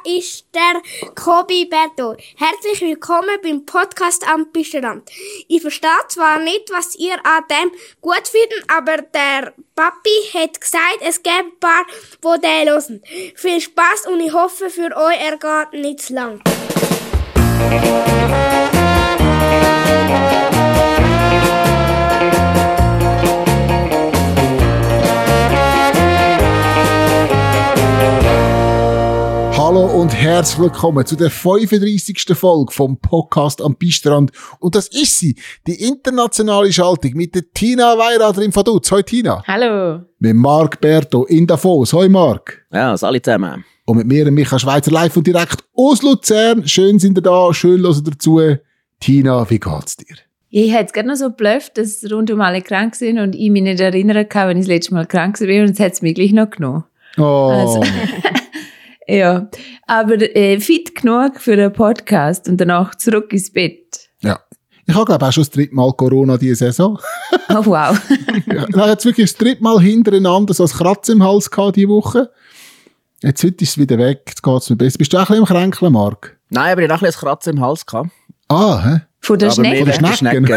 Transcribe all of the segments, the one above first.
ist der Kobi Berto. Herzlich willkommen beim Podcast am Pistenrand. Ich verstehe zwar nicht, was ihr an dem gut findet, aber der Papi hat gesagt, es gibt ein paar, die den hören. Viel Spaß und ich hoffe für euch, er geht nicht zu lang. Hallo und herzlich willkommen zu der 35. Folge vom Podcast am Pistenrand. Und das ist sie, die internationale Schaltung mit der Tina Weirader im Vaduz. Hoi Tina. Hallo. Mit Marc Berto in Davos. Hoi Marc. Ja, das alle zusammen. Und mit mir, Michael Schweizer, live und direkt aus Luzern. Schön sind ihr da, schön hören dazu. Tina, wie geht's dir? Ich hätte es gerade noch so geblufft, dass rundum alle krank sind und ich mich nicht erinnern kann, wenn ich das letzte Mal krank war und es hat es mich gleich noch genommen. Oh. Also, ja, aber fit genug für einen Podcast und danach zurück ins Bett. Ja. Ich habe, glaube ich, auch schon das 3. Mal Corona diese Saison. Oh, wow. Ja, ich habe jetzt wirklich das 3. Mal hintereinander so ein Kratzen im Hals gehabt diese Woche. Jetzt heute ist es wieder weg, jetzt geht es mir besser. Bist du auch ein bisschen am Kränkeln, Marc? Nein, aber ich hatte auch ein bisschen Kratzen im Hals gehabt. Ah, hä? Von der Schnecke? Von der Schnecke.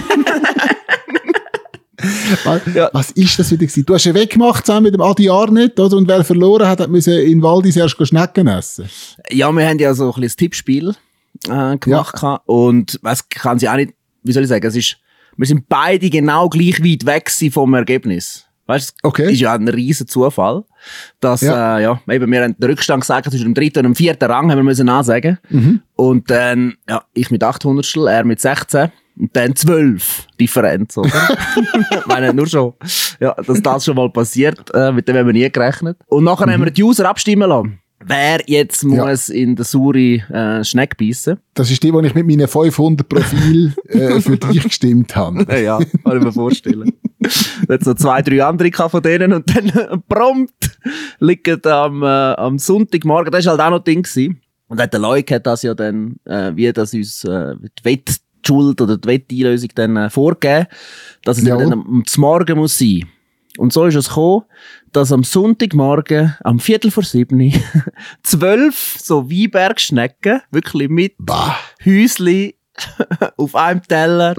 Ja. Was ist das wieder gewesen? Du hast ja weggemacht zusammen mit dem Adi Arnett, oder? Und wer verloren hat, musste in Waldis erst Schnecken essen. Ja, wir haben ja so ein bisschen ein Tippspiel gemacht. Ja. Und was kann sie auch nicht, wie soll ich sagen, wir sind beide genau gleich weit weg vom Ergebnis. Weißt du, okay. Ist ja ein riesen Zufall, dass, eben, wir haben den Rückstand gesagt, zwischen dem 3. und dem 4. Rang haben wir müssen ansagen. Mhm. Und dann, ich mit 800, er mit 16. Und dann 12 Differenz, oder? Ich meine, nur schon, dass das schon mal passiert, mit dem haben wir nie gerechnet. Und nachher haben wir die User abstimmen lassen. Wer jetzt muss in der saure Schnecke beissen? Das ist die ich mit meinen 500 Profil für dich gestimmt habe. Ja, kann ich mir vorstellen. Jetzt noch 2, 3 andere von denen und dann prompt liegen am Sonntagmorgen, das war halt auch noch Ding gewesen. Und der Leuk hat das ja dann, wie das uns die Schuld oder die Wetteinlösung dann vorgegeben, dass es dann am Morgen muss sein. Und so ist es gekommen, dass am Sonntagmorgen, am 6:45, 12 so Weinbergschnecken, wirklich mit Häusli auf einem Teller,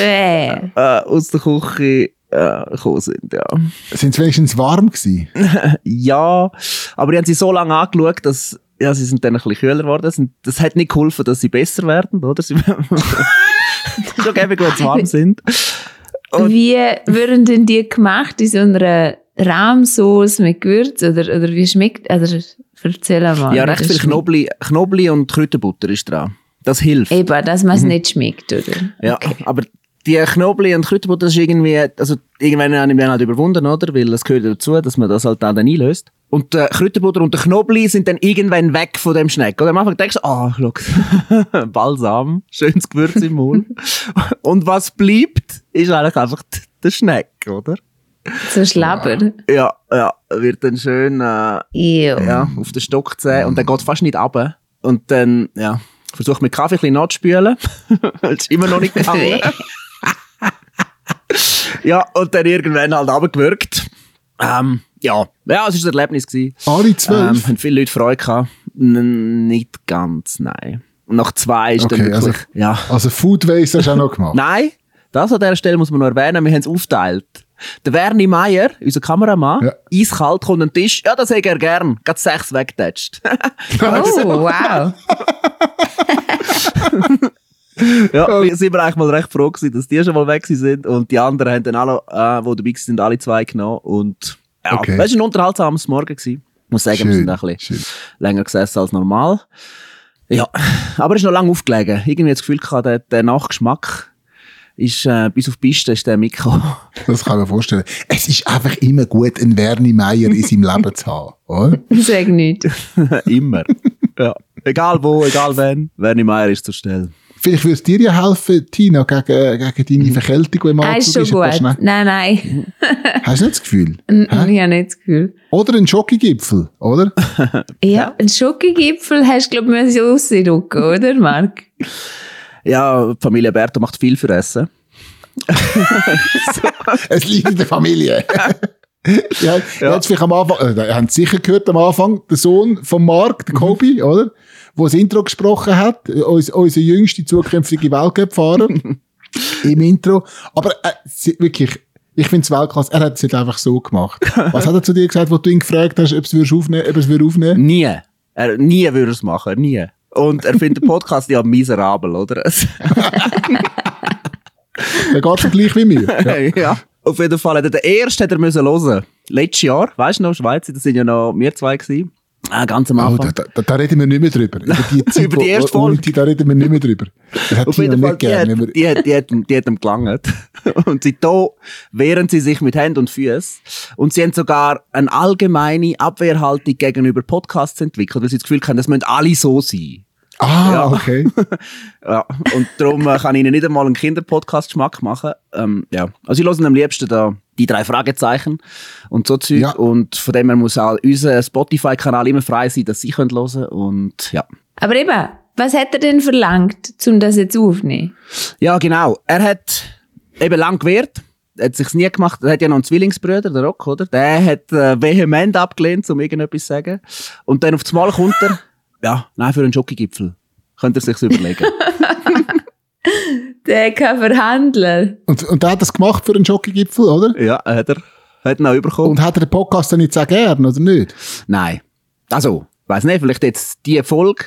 aus der Küche, gekommen sind, ja. Sind sie wenigstens warm gewesen? Ja, aber die haben sie so lange angeschaut, dass, sie sind dann ein bisschen kühler geworden. Das hat nicht geholfen, dass sie besser werden, oder? Sie schon gäbe, wenn sie warm sind. Und wie würden denn die gemacht in so einer Rahmsauce mit Gewürz? Oder wie schmeckt, also erzähl mal. Ja, recht viel Knoblauch und Kräuterbutter ist dran. Das hilft. Eben, dass man es nicht schmeckt, oder? Ja, okay. Aber die Knoblauch und Kräuterbutter ist irgendwie, also irgendwann habe ich mich halt überwunden, oder? Weil es gehört dazu, dass man das halt dann einlöst. Und der Kräuterbutter und der Knoblauch sind dann irgendwann weg von dem Schneck. Oder am Anfang denkst du, schau, Balsam, schönes Gewürz im Mund. Und was bleibt, ist eigentlich einfach der Schneck, oder? So Schlabber. Ja, wird dann schön auf den Stock zäh und dann geht fast nicht runter. Und dann, versuche mit Kaffee ein bisschen nachzuspülen. Das ist immer noch nicht gegangen. Ja, und dann irgendwann halt runtergewürgt. Es war ein Erlebnis gewesen. Alle 12? Haben viele Leute Freude gehabt. Nicht ganz, nein. Und nach 2 ist dann wirklich, Also Food Waste hast du auch noch gemacht? Nein, das an dieser Stelle muss man noch erwähnen, wir haben es aufgeteilt. Der Werni Meier, unser Kameramann, eiskalt kommt an den Tisch, das hätte er gern, gerade 6 weggetatscht. Oh, wow. Wir sind eigentlich mal recht froh gewesen, dass die schon mal weg sind und die anderen haben dann alle, die dabei sind, alle 2 genommen und das war ein unterhaltsames Morgen gewesen. Ich muss sagen, wir sind ein bisschen länger gesessen als normal. Ja, aber es ist noch lange aufgelegen. Irgendwie das Gefühl gehabt, der Nachgeschmack ist, bis auf die Piste ist der mitgekommen. Das kann ich mir vorstellen. Es ist einfach immer gut, einen Werni Meier in seinem Leben zu haben, oder? Sag nicht. Immer. Ja. Egal wo, egal wann, Werni Meier ist zur Stelle. Vielleicht würde es dir ja helfen, Tina, gegen deine Verkältung, die im Anzug ist. Schon gut. Nein. Hast du nicht das Gefühl? Ich habe nicht das Gefühl. Oder ein Schokogipfel, oder? Ja, ein Schokogipfel hast du, glaube ich, rausrücken, oder, Marc? Ja, die Familie Berto macht viel für Essen. Es liegt in der Familie. Ja, jetzt vielleicht am Anfang, ihr habt sicher gehört am Anfang, der Sohn von Mark, der Kobi, oder? Der das Intro gesprochen hat, unser jüngster zukünftige Weltcup-Fahrer im Intro. Aber wirklich, ich finde es Weltklasse, er hat es nicht einfach so gemacht. Was hat er zu dir gesagt, wo du ihn gefragt hast, ob es aufnehmen würde? Nie. Nie würde er es machen, nie. Und er findet den Podcast ja miserabel, oder? Der geht schon gleich wie mir. Ja. Auf jeden Fall hat er den ersten hören. Letztes Jahr, weißt du noch, Schweiz, das sind ja noch wir zwei gewesen. Ganz am Anfang. Da reden wir nicht mehr drüber. Über die Zeit, über die erste Folge. Da reden wir nicht mehr drüber. Das hat auf jeden Fall, die hat ihm gelangt. Und seitdem wehren sie sich mit Händen und Füßen. Und sie haben sogar eine allgemeine Abwehrhaltung gegenüber Podcasts entwickelt, weil sie das Gefühl haben, das müssen alle so sein. Ja. Okay. Ja, und darum kann ich ihnen nicht einmal einen Kinderpodcast-Geschmack machen. Ja. Also ich höre am liebsten da die 3 Fragezeichen und so Zeug. Ja. Und von dem her muss auch unser Spotify-Kanal immer frei sein, dass sie hören können. Und ja. Aber eben, was hat er denn verlangt, um das jetzt aufzunehmen? Ja, genau. Er hat eben lang gewehrt. Er hat sich's nie gemacht. Er hat ja noch einen Zwillingsbruder, der Rock, oder? Der hat vehement abgelehnt, um irgendetwas zu sagen. Und dann auf das Mal kommt er, ja, nein, für einen Schokogipfel. Könnt ihr sich's überlegen. Der kann verhandeln. Und der hat das gemacht für einen Schokogipfel, oder? Ja, hat ihn auch bekommen. Und hat er den Podcast dann nicht so gern, oder nicht? Nein. Also, weiss nicht, vielleicht jetzt die Folge.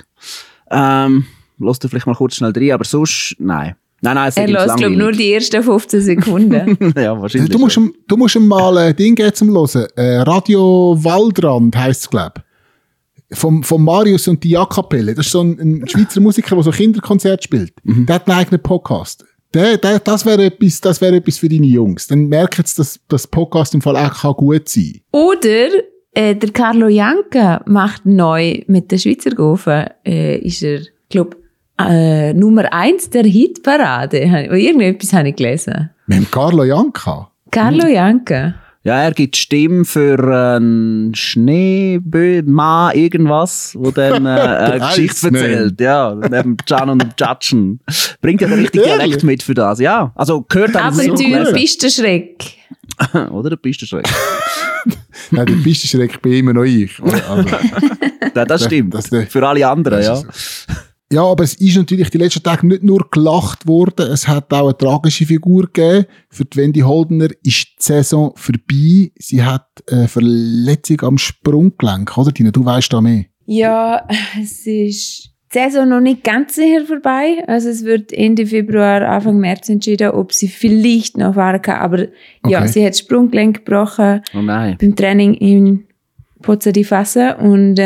Lass du vielleicht mal kurz schnell rein, aber sonst, nein. Nein, es er lässt, glaube ich, nur die ersten 15 Sekunden. Ja, wahrscheinlich. Du musst ihm mal ein Ding geben zum Hören. Radio Waldrand heisst es, glaube ich. Vom Marius und die Jakapelle. Das ist so ein Schweizer Musiker, der so Kinderkonzert spielt. Der hat einen eigenen Podcast. Das wäre etwas für deine Jungs. Dann merken sie, dass das Podcast im Fall auch gut sein kann. Oder der Carlo Janka macht neu mit der Schweizer Gofen, ist er, glaube Nummer 1 der Hitparade. Irgendetwas habe ich gelesen. Mit dem Carlo Janka? Carlo Janka. Ja, er gibt Stimme für einen Schneemann, irgendwas, wo dann eine Geschichte erzählt. Ja, neben Can und Jatschen. Bringt ja den richtigen Dialekt mit für das, ja. Also gehört auch Abenteuer Pistenschreck. Oder der Pistenschreck. Nein, der Pistenschreck bin immer noch ich. Also, ja, das stimmt. Für alle anderen, ja. Ja, aber es ist natürlich die letzten Tage nicht nur gelacht worden, es hat auch eine tragische Figur gegeben. Für die Wendy Holdener ist die Saison vorbei. Sie hat eine Verletzung am Sprunggelenk, oder Tina? Du weißt da mehr. Ja, es ist die Saison noch nicht ganz sicher vorbei. Also es wird Ende Februar, Anfang März entschieden, ob sie vielleicht noch fahren kann. Aber ja, sie hat das Sprunggelenk gebrochen beim Training in Pozzo di Fassa und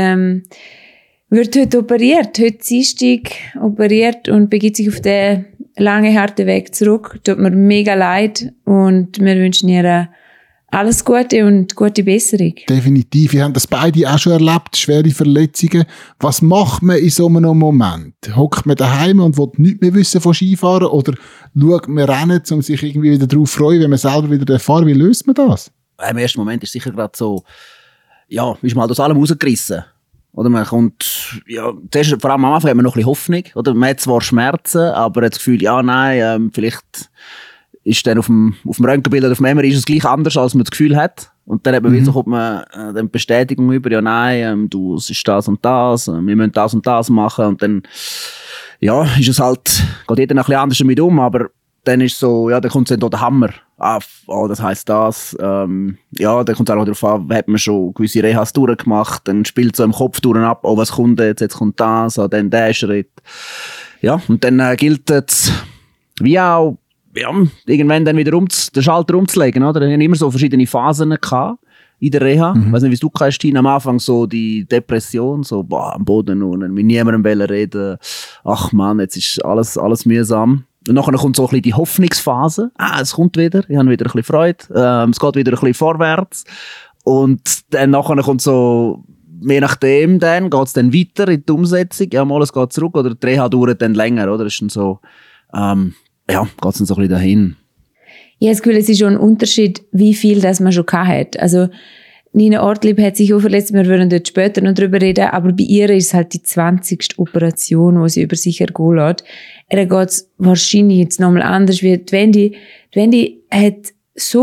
wird heute operiert, heute Dienstag operiert und begibt sich auf den langen, harten Weg zurück. Tut mir mega leid und wir wünschen ihr alles Gute und gute Besserung. Definitiv. Wir haben das beide auch schon erlebt, schwere Verletzungen. Was macht man in so einem Moment? Hockt man daheim und will nichts mehr wissen von Skifahren oder schaut man rennen, um sich irgendwie wieder darauf zu freuen, wenn man selber wieder erfahren? Wie löst man das? Im ersten Moment ist sicher gerade so, ja, ist mal aus allem rausgerissen. Oder man kommt, ja, zuerst, vor allem am Anfang hat man noch ein bisschen Hoffnung, oder? Man hat zwar Schmerzen, aber hat das Gefühl, ja, nein, vielleicht ist dann auf dem Röntgenbild oder auf dem MRI ist es gleich anders, als man das Gefühl hat. Und dann hat man wieder, kommt man dann Bestätigung über, ja, nein, du, es ist das und das, wir müssen das und das machen. Und dann, ja, ist es halt, geht jeder noch ein bisschen anders damit um, aber dann ist so, ja, dann kommt dann der Hammer. Das heisst das. Ja, dann kommt es auch darauf an, hat man schon gewisse Rehas durchgemacht, dann spielt so im Kopf durch ab, oh, was kommt jetzt kommt das, dann der Schritt. Ja, und dann gilt es, wie auch, ja, irgendwann dann wieder den Schalter umzulegen, oder? Wir haben immer so verschiedene Phasen gehabt in der Reha. Ich weiss nicht, wie du kennst, Tina, am Anfang so die Depression, so, am Boden unten, mit niemandem reden. Ach Mann, jetzt ist alles mühsam. Und nachher kommt so ein bisschen die Hoffnungsphase. Es kommt wieder, ich habe wieder ein bisschen Freude, es geht wieder ein bisschen vorwärts. Und dann nachher kommt so, je nachdem dann, geht es dann weiter in die Umsetzung. Ja, mal es geht zurück, oder die Reha dauert dann länger, oder? Das ist dann so, ja, geht es dann so ein bisschen dahin. Ich habe das Gefühl, es ist schon ein Unterschied, wie viel das man schon hat. Also, Nina Ortlieb hat sich auch verletzt, wir würden dort später noch drüber reden, aber bei ihr ist es halt die 20. Operation, die sie über sich ergehen lässt. Ihr geht es wahrscheinlich jetzt nochmal anders, wie die Wendy hat so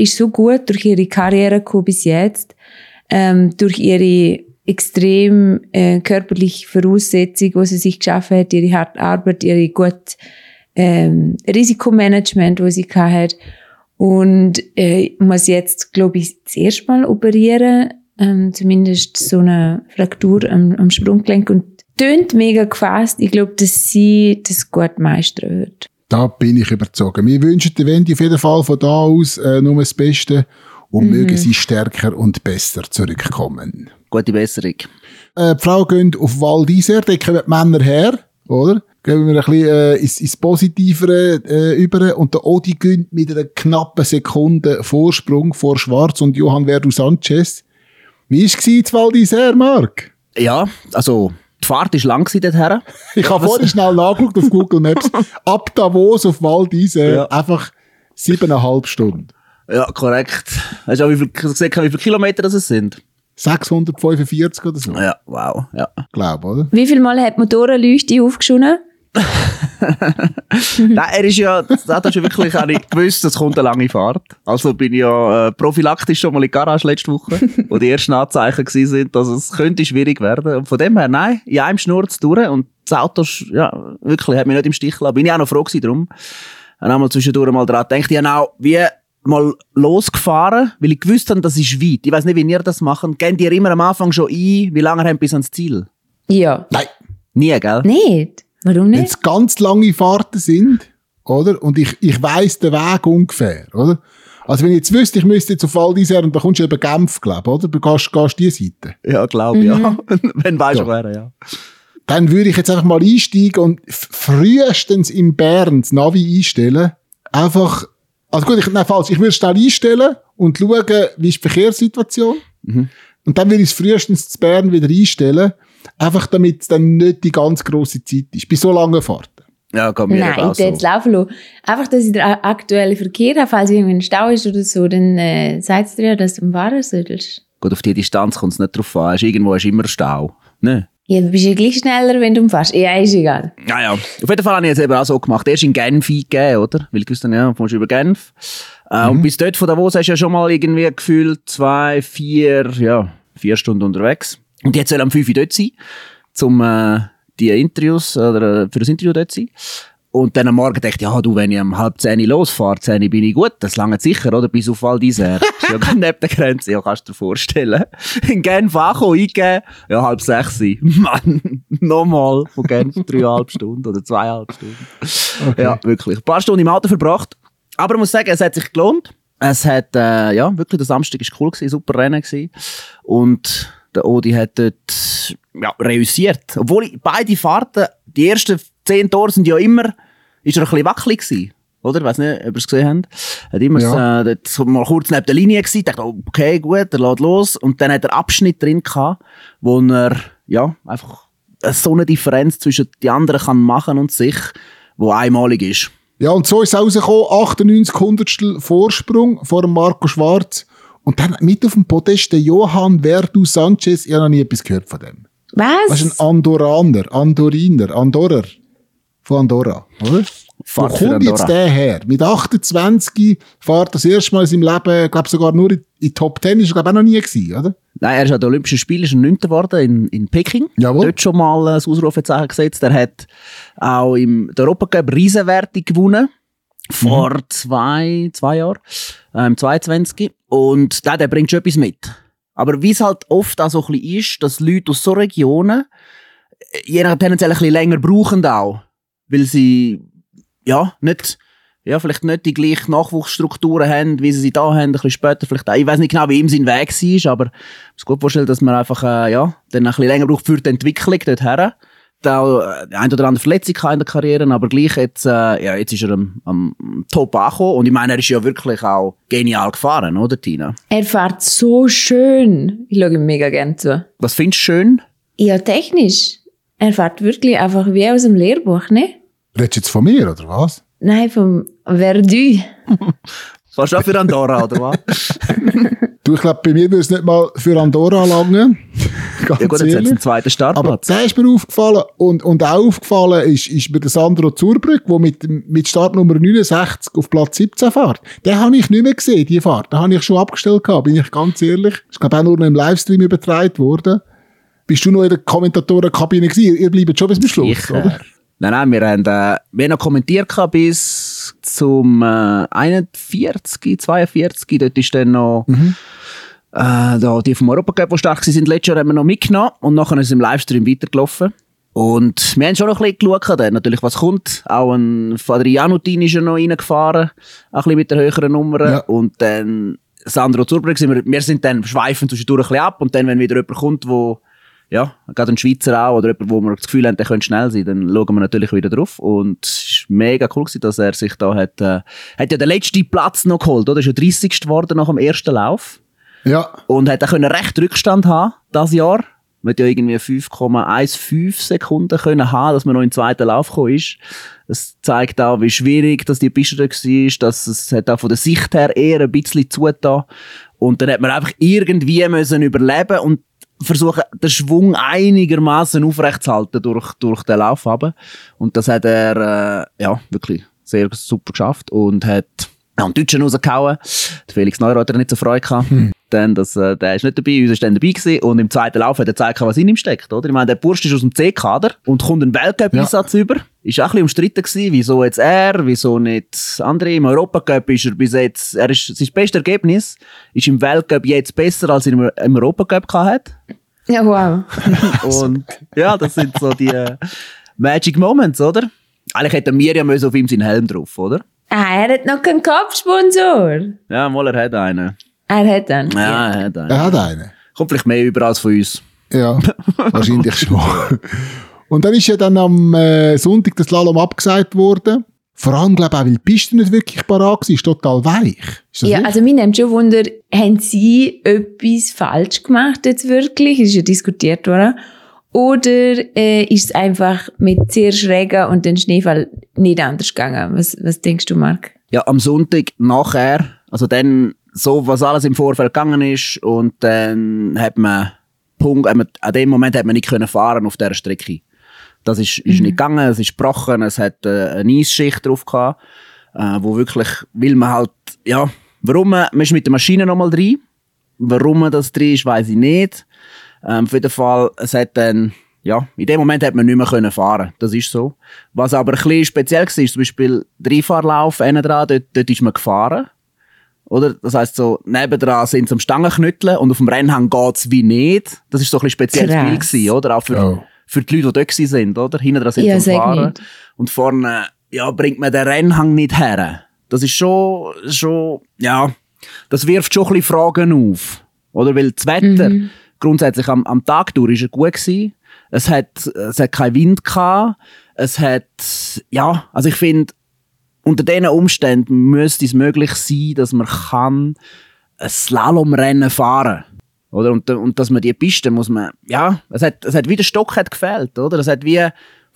ist so gut durch ihre Karriere gekommen bis jetzt, durch ihre extrem körperliche Voraussetzung, die sie sich geschaffen hat, ihre harte Arbeit, ihre gute Risikomanagement, das sie hat. Und muss jetzt, glaube ich, das erste Mal operieren, zumindest so eine Fraktur am Sprunggelenk, und tönt mega gefasst. Ich glaube, dass sie das gut meistern wird. Da bin ich überzeugt. Wir wünschen der Wendy auf jeden Fall von da aus nur das Beste und mögen sie stärker und besser zurückkommen. Gute Besserung. Die Frauen gehen auf Val d'Isère, da kommen die Männer her, oder? Gehen wir ein bisschen ins Positivere über. Und der Odi gönnt mit einer knappen Sekunde Vorsprung vor Schwarz und Johan Verdu Sanchez. Wie war es in Val d'Isère, Marc? Ja, also die Fahrt war lang dorthin. Ich habe vorhin schnell nachgeschaut auf Google Maps. Ab Davos auf Val d'Isère einfach 7,5 Stunden. Ja, korrekt. Hast du auch gesehen, wie viele Kilometer das sind? 645 oder so. Ja, wow. Ja. Glaub, oder? Wie viel Mal hat die Motorenleuchte aufgeschonen? Nein, er ist ja, das hast du wirklich auch nicht gewusst, es kommt eine lange Fahrt. Also bin ich ja prophylaktisch schon mal in die Garage letzte Woche, wo die ersten Anzeichen waren, dass es könnte schwierig werden. Und von dem her, nein, in einem Schnurz durch. Und das Auto, ja, wirklich, hat mich nicht im Stich gelassen. Bin ich auch noch froh gewesen drum. Und einmal zwischendurch mal dran gedacht, ich habe auch wie mal losgefahren, weil ich gewusst habe, das ist weit. Ich weiss nicht, wie ihr das macht. Gehen die immer am Anfang schon ein, wie lange haben bis ans Ziel? Ja. Nein. Nie, gell? Nicht. Warum nicht? Wenn es ganz lange Fahrten sind, oder? Und ich weiss den Weg ungefähr, oder? Also wenn ich jetzt wüsste, ich müsste jetzt auf Val d'Isère und dann kommst du über Genf, glaube ich, oder? Du gehst die Seite. Ja, glaube ich, ja. Wenn weisst du, wer, ja. Dann würde ich jetzt einfach mal einsteigen und frühestens in Bern das Navi einstellen. Einfach, also gut, ich würde schnell einstellen und schauen, wie ist die Verkehrssituation. Mhm. Und dann würde ich es frühestens zu Bern wieder einstellen. Einfach damit es dann nicht die ganz grosse Zeit ist. Bei so langen Fahrten. Ja, kann mir Nein, ich würde jetzt laufen lassen. Einfach, dass ich den aktuellen Verkehr habe, falls irgendwie ein Stau ist oder so, dann sagt es dir ja, dass du am Fahren sollst. Gut, auf die Distanz kommt es nicht drauf an. Irgendwo ist immer Stau. Ne? Ja, du bist ja gleich schneller, wenn du umfährst. Ja, ist egal. Ja. Auf jeden Fall habe ich jetzt eben auch so gemacht. Erst in Genf eingegeben, oder? Weil ich wusste, ja, kommst du über Genf. Und bis dort von Davos hast du ja schon mal irgendwie gefühlt 4 Stunden unterwegs. Und jetzt soll am 5 Uhr dort sein, die Interviews, oder für das Interview dort sein. Und dann am Morgen dachte ich, ja, du, wenn ich um 9:30 losfahre, 10 bin ich gut, das lange sicher, oder? Bis auf Val d'Isère. Das ist ja gar neben der Grenze, ja, kannst du dir vorstellen. In Genf ankommen, eingeben, ja, 5:30. Mann, nochmal von Genf 3,5 Stunden oder 2,5 Stunden. Okay. Ja, wirklich. Ein paar Stunden im Auto verbracht. Aber ich muss sagen, es hat sich gelohnt. Es hat, wirklich, der Samstag war cool gewesen, super Rennen gewesen. Und der Odi hat dort, reüssiert. Obwohl beide Fahrten, die ersten 10 Tore sind ja immer, ist er ein bisschen wackelig gewesen. Oder? Ich weiss nicht, ob ihr es gesehen habt. Hat immer dort mal kurz neben der Linie gewesen, dachte, okay, gut, er lässt los. Und dann hat er Abschnitt drin gehabt, wo er, einfach so eine Differenz zwischen die anderen kann machen und sich, wo einmalig ist. Ja, und so ist es rausgekommen, 98 Hundertstel Vorsprung vor dem Marco Schwarz. Und dann mit auf dem Podest der Johan Verdu Sanchez. Ich habe noch nie etwas gehört von dem. Was? Das ist ein Andorrer. Von Andorra, oder? Wo kommt jetzt der her? Mit 28 fährt das erste Mal in seinem Leben, ich glaube sogar nur in die Top 10, ist er auch noch nie gewesen, oder? Nein, er ist an den Olympischen Spielen schon 9. geworden in Peking. Jawohl. Dort schon mal ein Ausrufezeichen gesetzt. Er hat auch im Europacup Riesenwertung gewonnen. Vor 2 Jahren. 22. Und der bringt schon etwas mit. Aber wie es halt oft auch so ein bisschen ist, dass Leute aus so Regionen je nach tendenziell ein bisschen länger brauchen auch. Weil sie, vielleicht nicht die gleichen Nachwuchsstrukturen haben, wie sie da haben, ein bisschen später vielleicht auch. Ich weiss nicht genau, wie ihm sein Weg war, aber ich muss gut vorstellen, dass man einfach, dann ein bisschen länger braucht für die Entwicklung dorthin. Da ein oder andere Verletzung in der Karriere, aber gleich jetzt, jetzt ist er am Top angekommen. Und ich meine, er ist ja wirklich auch genial gefahren, oder, Tina? Er fährt so schön. Ich schaue ihm mega gerne zu. Was findest du schön? Ja, technisch. Er fährt wirklich einfach wie aus dem Lehrbuch, ne? Redest du jetzt von mir, oder was? Nein, vom Verdu. Fährst du auch für Andorra, oder was? Du, ich glaube, bei mir würde es nicht mal für Andorra langen. Ganz ja gut, jetzt hat es einen zweiten Startplatz. Aber der ist mir aufgefallen und auch aufgefallen ist mir der Sandro Zurbrück, der mit Startnummer 69 auf Platz 17 fährt. Den habe ich nicht mehr gesehen, die Fahrt. Den habe ich schon abgestellt gehabt, bin ich ganz ehrlich. Das ist, glaube ich, auch nur noch im Livestream übertragen worden. Bist du noch in der Kommentatorenkabine gewesen? Ihr bleibt schon bis zum Schluss, oder? Nein, wir haben noch kommentiert bis zum 41, 42. Dort ist dann noch da die vom Europacup, die stark waren, letztes Jahr haben wir noch mitgenommen und nachher ist es im Livestream weitergelaufen. Und wir haben schon noch ein bisschen geschaut, dann natürlich, was kommt. Auch ein Fadrianutin ist ja noch reingefahren, auch ein bisschen mit der höheren Nummer. Ja. Und dann Sandro Zurbrück, wir sind dann schweifen zwischendurch ein bisschen ab und dann, wenn wieder jemand kommt, wo ja, gerade ein Schweizer auch oder jemand, wo wir das Gefühl haben, der könnte schnell sein, dann schauen wir natürlich wieder drauf. Und es war mega cool, dass er sich da hat ja den letzten Platz noch geholt, oder? Er ist ja 30. geworden nach dem ersten Lauf. Ja. Und hat auch recht Rückstand haben, dieses Jahr. Man hat ja irgendwie 5,15 Sekunden können haben, dass man noch in den zweiten Lauf gekommen ist. Das zeigt auch, wie schwierig dass die Piste da war, dass es hat auch von der Sicht her eher ein bisschen zugetan. Und dann hat man einfach irgendwie müssen überleben und versuchen, den Schwung einigermaßen aufrechtzuhalten durch den Lauf runter. Und das hat er wirklich sehr super geschafft und hat einen Deutschen rausgehauen. Der Felix Neureuter hat nicht so Freude gehabt. Dann, der ist nicht dabei, uns ist dann dabei gewesen. Und im zweiten Lauf hat er gezeigt, was in ihm steckt, oder? Ich meine, der Bursch ist aus dem C-Kader und kommt einen Weltcup-Einsatz über. Ist auch ein bisschen umstritten gewesen, wieso jetzt er, wieso nicht andere. Im Europacup ist er bis jetzt, sein bestes Ergebnis ist im Weltcup jetzt besser, als er im Europacup gehabt hat. Ja, wow. Und ja, das sind so die Magic Moments, oder? Eigentlich hätte Miriam auf ihm seinen Helm drauf, oder? Ah, er hat noch keinen Kopfsponsor. Ja, mal, er hat einen. Er hat einen. Ja, er hat einen. Er hat einen. Kommt vielleicht mehr über als von uns. Ja, wahrscheinlich schon. Und dann ist ja dann am Sonntag das Slalom abgesagt worden. Vor allem, glaube ich, auch, weil die Piste nicht wirklich parat war, ist total weich. Ist das ja, richtig? also mich nimmt schon Wunder, haben Sie etwas falsch gemacht jetzt wirklich? Es ist ja diskutiert worden. Oder ist es einfach mit sehr schrägen und dem Schneefall nicht anders gegangen? Was denkst du, Marc? Ja, am Sonntag nachher, also dann so, was alles im Vorfeld gegangen ist und dann hat man an dem Moment hat man nicht können fahren auf dieser Strecke. Das ist nicht gegangen, es ist gebrochen, es hat eine Eisschicht drauf gehabt, wo wirklich, weil man halt, ja, warum man ist mit der Maschine nochmal drin, warum man das drin ist, weiss ich nicht. Auf jeden Fall, es hat dann, ja, in dem Moment hat man nicht mehr können fahren, das ist so. Was aber ein bisschen speziell war, ist zum Beispiel der Einfahrlauf, dort ist man gefahren. Oder? Das heisst so, nebendran sind sie am Stangenknütteln und auf dem Rennhang geht's wie nicht. Das ist so ein bisschen spezielles Spiel gewesen, oder? Auch für die Leute, die dort sind, oder? Hinten dran sind sie am Fahren. Nicht. Und vorne, ja, bringt man den Rennhang nicht her. Das ist schon, ja, das wirft schon ein bisschen Fragen auf. Oder? Weil das Wetter, grundsätzlich am Tag durch ist er gut gewesen. Es hat keinen Wind gehabt. Es hat, ja, also ich finde, unter diesen Umständen müsste es möglich sein, dass man ein Slalomrennen fahren kann. Oder? Und dass man die Piste muss man, ja, es hat wie der Stock hat gefehlt, oder? Es hat wie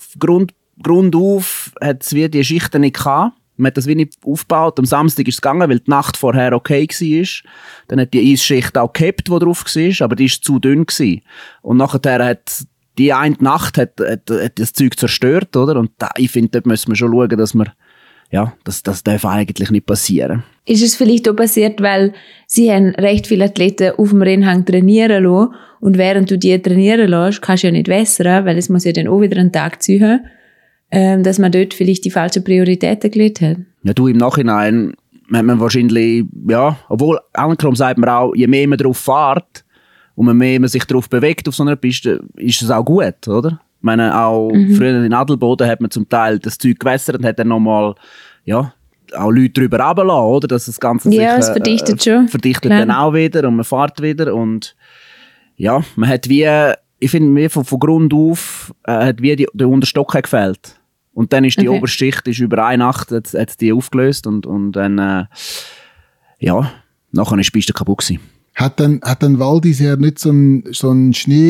grundauf hat es wie die Schichten nicht gehabt. Man hat das wie nicht aufgebaut. Am Samstag ist es gegangen, weil die Nacht vorher okay war. Dann hat die Eisschicht auch gehabt, die drauf war, aber die war zu dünn gewesen. Und nachher hat die eine Nacht hat das Zeug zerstört, oder? Und ich finde, dort müssen wir schon schauen, dass wir, ja, das darf eigentlich nicht passieren. Ist es vielleicht auch passiert, weil sie haben recht viele Athleten auf dem Rennhang trainieren lassen und während du die trainieren lässt, kannst du ja nicht wässern, weil es muss ja dann auch wieder einen Tag ziehen, dass man dort vielleicht die falschen Prioritäten gelegt hat. Ja, du, im Nachhinein hat man wahrscheinlich, ja, obwohl andersrum sagt man auch, je mehr man drauf fährt und je mehr man sich drauf bewegt auf so einer Piste, ist es auch gut, oder? Ich meine, auch früher in Adelboden hat man zum Teil das Zeug gewässert und hat dann nochmal, ja, auch Leute drüber runtergelassen, oder? Dass das Ganze sich es verdichtet schon. Verdichtet dann auch wieder und man fährt wieder und ja, man hat wie, ich finde, von Grund auf hat wie der Unterstock gefehlt. Und dann ist die Oberschicht ist über eine Nacht hat die aufgelöst und dann, ja, nachher ist die Piste kaputt gewesen. Hat dann Val d'Isère nicht so einen Schnee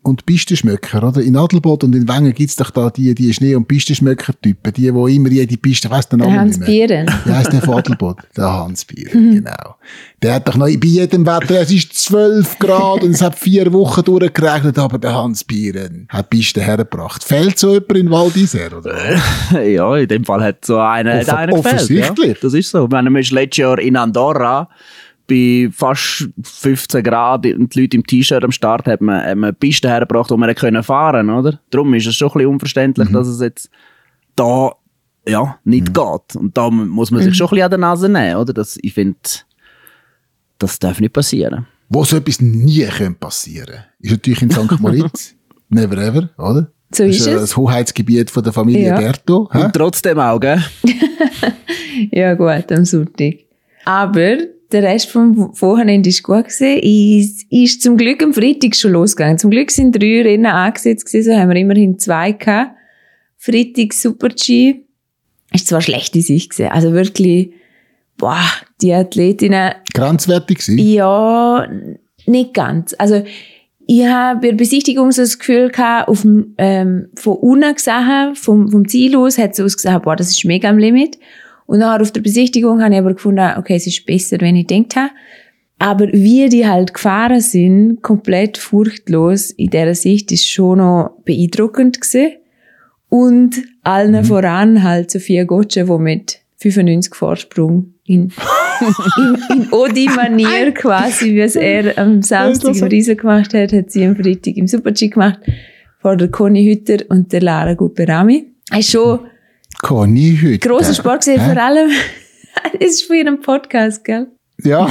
und Pistenschmöcker, oder? In Adelboden und in Wengen gibt's doch da die Schnee- und Pistenschmöcker-Typen, die immer jede Piste, weiss den Namen nicht mehr. Hans-Bieren. Wie heisst der von Adelboden? Der Hans-Bieren, genau. Der hat doch noch bei jedem Wetter, es ist 12 Grad und es hat 4 Wochen durchgeregnet, aber der Hans-Bieren hat Pisten hergebracht. Fehlt so jemand in Val d'Isère, oder? Ja, in dem Fall hat so einer gefällt. Offensichtlich. Ja. Das ist so. Man ist letztes Jahr in Andorra bei fast 15 Grad und die Leute im T-Shirt am Start haben eine Piste hergebracht, wo man fahren können, oder? Darum ist es schon ein bisschen unverständlich, dass es jetzt da nicht geht. Und da muss man sich schon ein bisschen an der Nase nehmen, oder? Ich finde, das darf nicht passieren. Wo so etwas nie passieren könnte, ist natürlich in St. Moritz. Never ever, oder? So ist das es. Das Hoheitsgebiet von der Familie Berto. Und trotzdem auch, gell? Ja gut, am Sonntag. Aber der Rest vom Wochenende war gut gewesen. Ist zum Glück am Freitag schon losgegangen. Zum Glück sind 3 Rennen angesetzt gewesen, so haben wir immerhin 2 gehabt. Freitag Super-G. Ist zwar schlechte Sicht gewesen, also wirklich, die Athletinnen. Grenzwertig gewesen? Ja, nicht ganz. Also, ich habe bei der Besichtigung so das Gefühl gehabt, von unten gesehen, vom Ziel aus, hat es ausgesehen, das ist mega am Limit. Und nachher auf der Besichtigung habe ich aber gefunden, okay, es ist besser, wenn ich gedacht habe. Aber wie die halt gefahren sind, komplett furchtlos in dieser Sicht, ist schon noch beeindruckend gewesen. Und allen voran halt Sophia Gotcha, die mit 95 Vorsprung in Odi-Manier quasi, wie es er am Samstag im Riesen gemacht hat sie am Freitag im Super-G gemacht, vor der Conny Hütter und der Lara Guperami. Ist schon Conny Hütter. Grosser Sport gesehen, vor allem, es ist von ihrem Podcast, gell? Ja,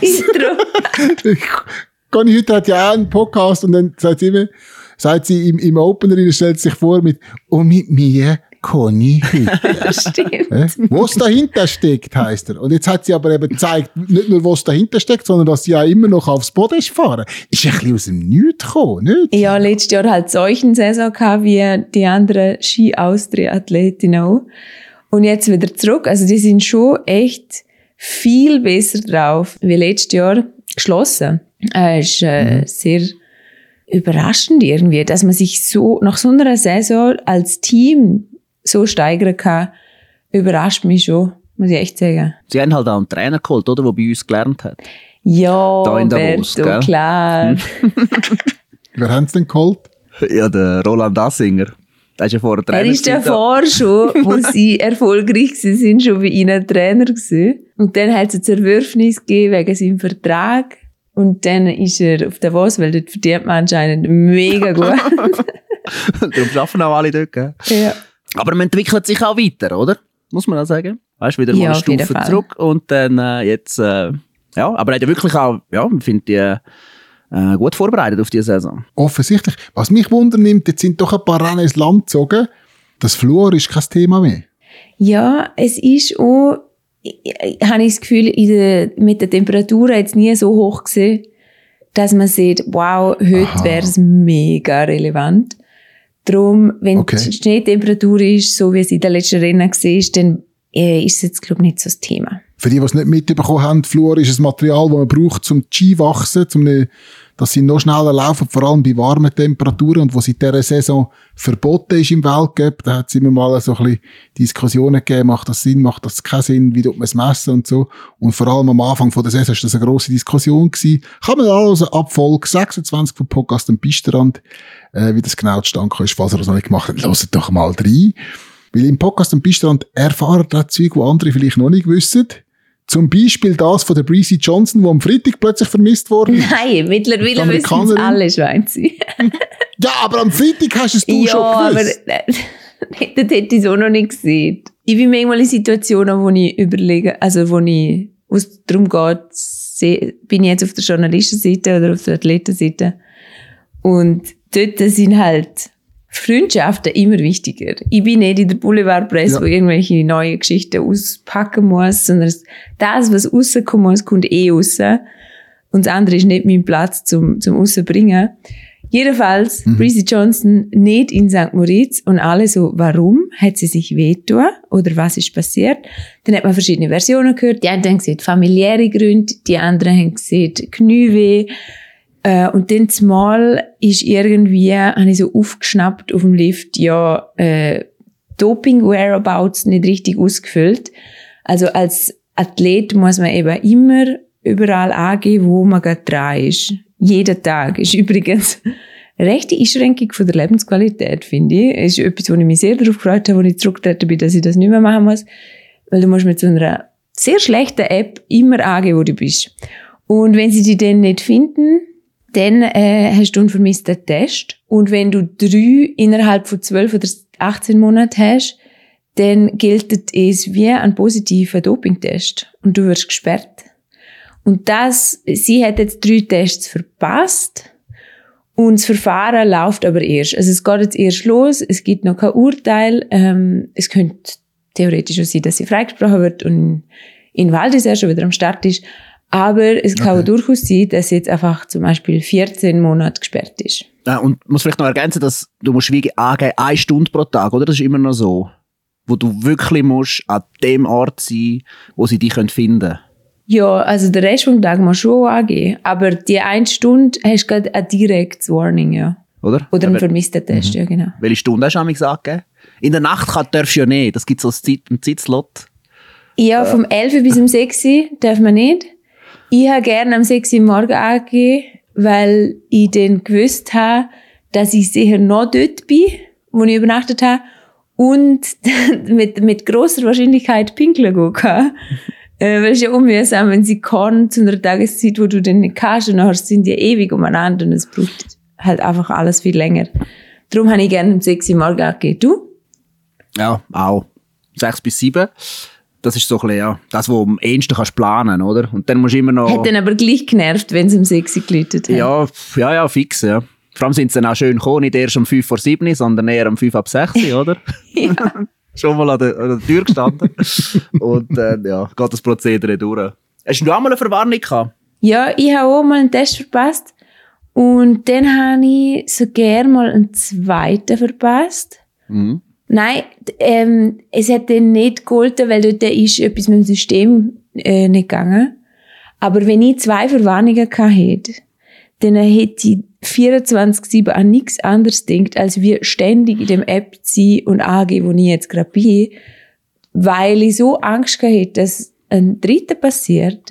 Conny Hütter hat ja auch einen Podcast und dann sagt sie im Opener, stellt sich vor mit mir, Conny Hütter. Stimmt. Was dahinter steckt, heisst er. Und jetzt hat sie aber eben gezeigt, nicht nur was dahinter steckt, sondern dass sie ja immer noch aufs Podest fahren. Ist ein bisschen aus dem Nichts gekommen, nicht? Ja, letztes Jahr halt solchen Saison gehabt, wie die anderen Ski-Austria-Athletinnen auch. Und jetzt wieder zurück. Also die sind schon echt viel besser drauf wie letztes Jahr geschlossen. Ist sehr überraschend irgendwie, dass man sich so nach so einer Saison als Team so steigern kann, überrascht mich schon, muss ich echt sagen. Sie haben halt auch einen Trainer geholt, oder, der bei uns gelernt hat. Ja, Da in Davos, Berto, gell? klar. Wer haben sie denn geholt? Ja, der Roland Assinger. Der ist ja vorher Trainer. Er ist davor schon, wo sie erfolgreich sind, schon bei ihnen Trainer gewesen. Und dann hat es ein Zerwürfnis gegeben wegen seinem Vertrag. Und dann ist er auf Davos, weil dort verdient man anscheinend mega gut. Darum arbeiten auch alle dort, gell? Ja. Aber man entwickelt sich auch weiter, oder? Muss man auch sagen. Weißt du, wieder mal Ja, eine auf jeden Stufe Fall. zurück und dann jetzt, aber er hat ja wirklich auch, ich finde die gut vorbereitet auf diese Saison. Offensichtlich. Was mich wundernimmt, jetzt sind doch ein paar Rennen ins Land gezogen. Das Fluor ist kein Thema mehr. Ja, es ist auch, habe ich das Gefühl, mit der Temperatur jetzt nie so hoch gesehen, dass man sieht, wow, heute wäre es mega relevant. Darum, wenn die Schneetemperatur ist, so wie es in den letzten Rennen war, dann ist es jetzt, glaube ich, nicht so das Thema. Für die, die es nicht mitbekommen haben, Fluor ist ein Material, das man braucht, um die Ski wachsen, dass sie noch schneller laufen, vor allem bei warmen Temperaturen. Und was in dieser Saison verboten ist im Weltcup, da hat es immer mal so ein bisschen Diskussionen gegeben, macht das Sinn, macht das keinen Sinn, wie tut man es messen und so. Und vor allem am Anfang von der Saison ist das eine grosse Diskussion gewesen. Kann man alles ab Folge 26 vom Podcast am Pistenrand, wie das genau zustande kam, falls ihr das noch nicht gemacht habt, hört doch mal rein. Weil im Podcast am Pistenrand erfahren da Zeug, die andere vielleicht noch nicht wissen. Zum Beispiel das von der Breezy Johnson, die am Freitag plötzlich vermisst wurde. Nein, mittlerweile wissen es alle Schweinzi. Ja, aber am Freitag hast du es schon gewusst. Ja, aber das hätte ich so noch nicht gesehen. Ich bin manchmal in Situationen, wo ich überlege, also wo es darum geht, bin ich jetzt auf der Journalistenseite oder auf der Athletenseite. Und dort sind halt Freundschaften immer wichtiger. Ich bin nicht in der Boulevardpresse, wo irgendwelche neue Geschichten auspacken muss, sondern das, was rauskommen muss, kommt raus. Und das andere ist nicht mein Platz zum rauszubringen. Jedenfalls, Breezy Johnson nicht in St. Moritz und alle so, warum? Hat sie sich wehgetan? Oder was ist passiert? Dann hat man verschiedene Versionen gehört. Die einen haben gesagt, familiäre Gründe, die anderen haben gesagt, Knieweh. Und dann zumal ist irgendwie, habe ich so aufgeschnappt auf dem Lift, ja, Doping-Whereabouts nicht richtig ausgefüllt. Also als Athlet muss man eben immer überall angeben, wo man gerade dran ist. Jeden Tag. Ist übrigens eine rechte Einschränkung von der Lebensqualität, finde ich. Ist etwas, wo ich mich sehr darauf gefreut habe, als ich zurückgetreten bin, dass ich das nicht mehr machen muss. Weil du musst mit so einer sehr schlechten App immer angeben, wo du bist. Und wenn sie dich dann nicht finden, dann hast du einen vermissten Test. Und wenn du 3 innerhalb von 12 oder 18 Monaten hast, dann gilt es wie ein positiver Dopingtest. Und du wirst gesperrt. Und sie hat jetzt 3 Tests verpasst. Und das Verfahren läuft aber erst. Also es geht jetzt erst los. Es gibt noch kein Urteil. Es könnte theoretisch auch sein, dass sie freigesprochen wird und in Valdis erst schon wieder am Start ist. Aber es kann auch durchaus sein, dass sie jetzt einfach zum Beispiel 14 Monate gesperrt ist. Ja, und muss vielleicht noch ergänzen, dass du musst wie angeben, 1 Stunde pro Tag, oder? Das ist immer noch so. Wo du wirklich musst an dem Ort sein, wo sie dich finden können. Ja, also den Rest vom Tag musst du schon angeben. Aber die 1 Stunde hast du gerade ein direktes Warning, ja. Oder? Oder einen vermissten Test, ja, genau. Welche Stunde hast du amigs angegeben? In der Nacht darfst du ja nicht. Das gibt so einen Zeitslot. Ja, vom 11 bis um 6 darf man nicht. Ich habe gerne am 6 Uhr morgen angegeben, weil ich dann gewusst habe, dass ich sicher noch dort bin, wo ich übernachtet habe. Und mit grosser Wahrscheinlichkeit pinkeln gehen kann. Weil es ist ja unmühsam, wenn sie kann, zu einer Tageszeit, wo du dann nicht kannst, und nachher sind die ewig umeinander und es braucht halt einfach alles viel länger. Darum habe ich gerne um 6 Uhr morgen angegeben. Du? Ja, auch. 6 bis 7. Das ist so ein bisschen, ja, das, was du am ehesten kannst planen, oder? Und dann musst du immer noch... Hat dann aber gleich genervt, wenn es um 6 Uhr geläutet hat. Ja, fix, ja. Vor allem sind sie dann auch schön gekommen, nicht erst um 5 vor 7, sondern eher um 5 ab 6, oder? Ja. Schon mal an der Tür gestanden. Und ja, geht das Prozedere durch. Hast du auch mal eine Verwarnung gehabt? Ja, ich habe auch mal einen Test verpasst. Und dann habe ich so gerne mal einen zweiten verpasst. Mhm. Nein, es hat dann nicht geholfen, weil dort ist etwas mit dem System nicht gegangen. Aber wenn ich 2 Verwarnungen hatte, dann hätte ich 24/7 an nichts anderes gedacht, als wir ständig in dem App sein und angeben, wo ich jetzt gerade bin, weil ich so Angst hatte, dass ein Dritter passiert.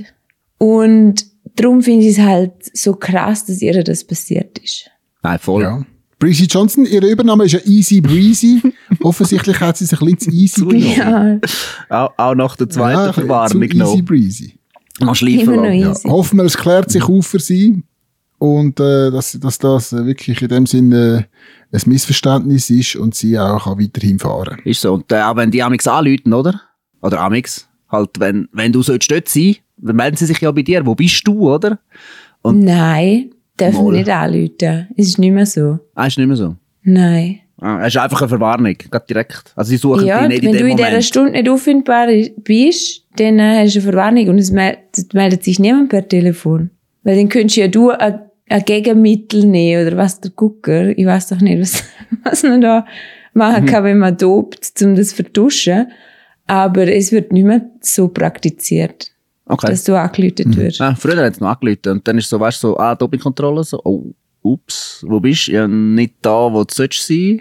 Und darum finde ich es halt so krass, dass ihr das passiert ist. Nein, voll. Ja. Breezy Johnson, ihre Übernahme ist ja Easy Breezy. Offensichtlich hat sie sich ein bisschen zu easy genommen. Ja. Auch nach der zweiten Verwarnung noch. Easy Breezy. Noch schleifen lassen. Ja, hoffen wir, es klärt sich auf für sie. Und dass das wirklich in dem Sinne ein Missverständnis ist und sie auch weiterhin fahren kann. Ist so. Und auch wenn die amigs anrufen, oder? Oder amigs, halt, wenn du dort sein, dann melden sie sich ja bei dir. Wo bist du, oder? Und nein, dürfen nicht anrufen. Es ist nicht mehr so. Ah, ist nicht mehr so? Nein. Es ist einfach eine Verwarnung, gerade direkt. Also sie suchen ja, dich nicht in dem Moment. Wenn du in dieser Stunde nicht auffindbar bist, dann hast du eine Verwarnung und es meldet sich niemand per Telefon. Weil dann könntest ja du ein Gegenmittel nehmen oder was der Gucker. Ich weiss doch nicht, was man da machen kann, wenn man dopt, um das zu vertuschen. Aber es wird nicht mehr so praktiziert, dass du angeläutet wirst. Ja, früher hat es noch angeläutet und dann ist so, weißt du, so, Dopingkontrolle, so, oh, ups, wo bist du? Ja, nicht da, wo du sollst sein.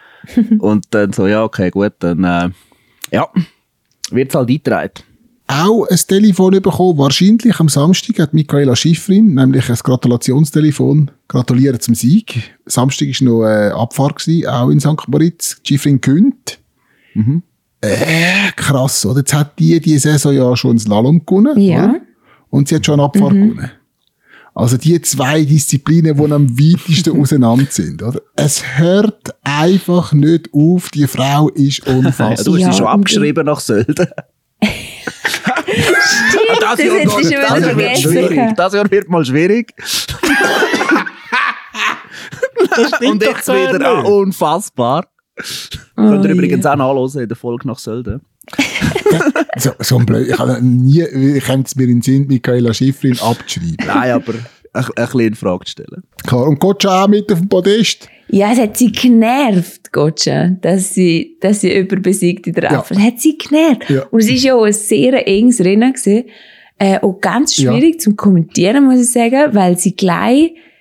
Und dann so, ja, okay, gut, dann, ja, wird's halt eingetragen. Auch ein Telefon bekommen, wahrscheinlich am Samstag hat Michaela Schifrin, nämlich ein Gratulationstelefon, gratulieren zum Sieg. Samstag war noch eine Abfahrt gewesen, auch in St. Moritz. Schifrin gewinnt. Mhm. Krass, oder? Jetzt hat die Saison ja schon einen Slalom gewonnen. Ja. Oder? Und sie hat schon eine Abfahrt gewonnen. Also die 2 Disziplinen, die am weitesten auseinander sind. Oder? Es hört einfach nicht auf. Die Frau ist unfassbar. Ja, du hast sie schon abgeschrieben nach Sölden. Stimmt, das hätte ich schon wieder vergessen. Das Jahr wird mal schwierig. Und jetzt wieder unfassbar. Könnt ihr übrigens auch nachhören in der Folge nach Sölden. so ein blöd. Ich habe nie, ich könnte es mir in den Sinn, Michaela Schifrin abzuschreiben. Nein, aber ein bisschen in Frage stellen. Klar, und Gotcha auch mit auf dem Podest? Ja, es hat sie genervt, Gotcha, dass sie überbesiegt in der Abfahrt. Hat sie genervt. Ja. Und es war ja auch ein sehr enges Rennen gewesen. Auch ganz schwierig zum Kommentieren, muss ich sagen, weil sie gleich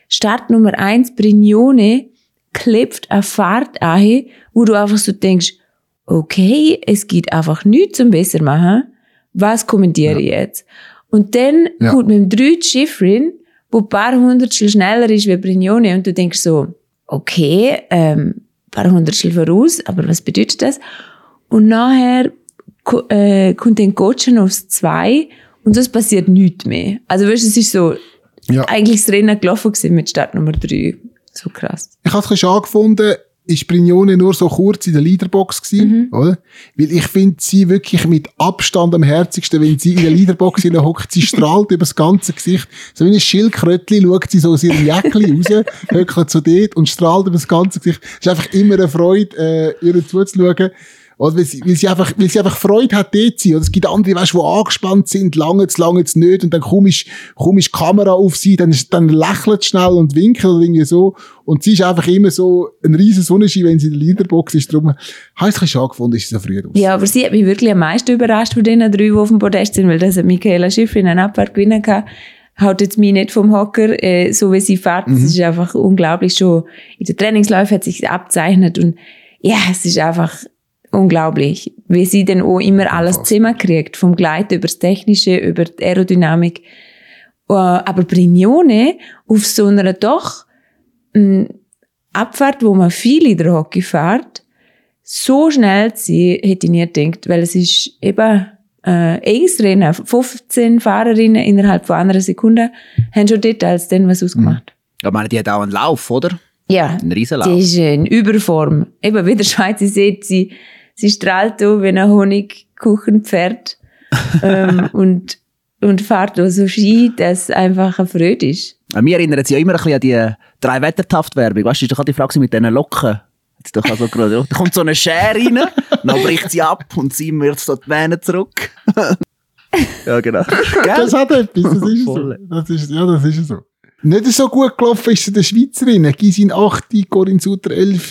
Start Nummer 1, Brignone, klebt eine Fahrt an, wo du einfach so denkst, okay, es geht einfach nichts zum besser machen. Was kommentiere ich jetzt? Und dann kommt mit dem 3 Schifrin, wo ein paar Hundertstel schneller ist wie Brignone, und du denkst so, okay, ein paar Hundertstel voraus, aber was bedeutet das? Und nachher kommt dann Gotchen aufs 2 und das passiert nichts mehr. Also weißt du, es ist so, eigentlich das Rennen gelaufen gewesen mit Start Nummer 3. So krass. Ich habe es ein bisschen schade gefunden, ist Brignone nur so kurz in der Leaderbox gewesen, oder? Weil ich finde sie wirklich mit Abstand am herzigsten, wenn sie in der Leaderbox hockt, sie strahlt über das ganze Gesicht. So wie ein Schildkrötli schaut sie so aus ihrem Jäckli raus, höckelt so dort und strahlt über das ganze Gesicht. Es ist einfach immer eine Freude, ihr zuzuschauen. Oder weil sie einfach Freude hat, dort zu sein. Oder es gibt andere, weißt, die angespannt sind, lange nicht, und dann komm ich Kamera auf sie, dann lächelt sie schnell und winkt oder irgendwie so. Und sie ist einfach immer so ein riesen Sonnenschein, wenn sie in der Leaderbox ist. Darum habe ich es ein bisschen schade gefunden, ist sie so früh raus. Ja, aber sie hat mich wirklich am meisten überrascht von den 3, die auf dem Podest sind, weil das hat Michaela Schifrin eine Abfahrt gewinnen kann. Haut jetzt mich nicht vom Hocker, so wie sie fährt. Das ist einfach unglaublich. Schon in den Trainingsläufen hat sich abzeichnet und ja, es ist einfach unglaublich, wie sie dann auch immer alles zusammenkriegt, vom Gleiten über das Technische, über die Aerodynamik. Aber Brignone auf so einer doch Abfahrt, wo man viel in der Hockey fährt, so schnell zu sein, hätte ich nie gedacht, weil es ist eben enges Rennen. 15 Fahrerinnen innerhalb von einer Sekunde haben schon Details dann was ausgemacht. Ich meine, die hat auch einen Lauf, oder? Ja, ein Riesenlauf. Die ist in Überform. Eben wie der Schweiz, sie strahlt da wie ein Honigkuchenpferd und fährt da so Ski, dass es einfach eine Freude ist. Mir erinnert sie ja immer ein bisschen an die 3-Wettertaft-Werbung. Weißt du, ist doch die Frage mit diesen Locken. Jetzt doch also gerade, da kommt so eine Schere rein, dann bricht sie ab und sie wirft so die Mähne zurück. Ja, genau. Das hat etwas, das ist so. Das ist so. Nicht so gut gelaufen ist es der Schweizerinnen. Gisin 8., Corinne Sutter 11.,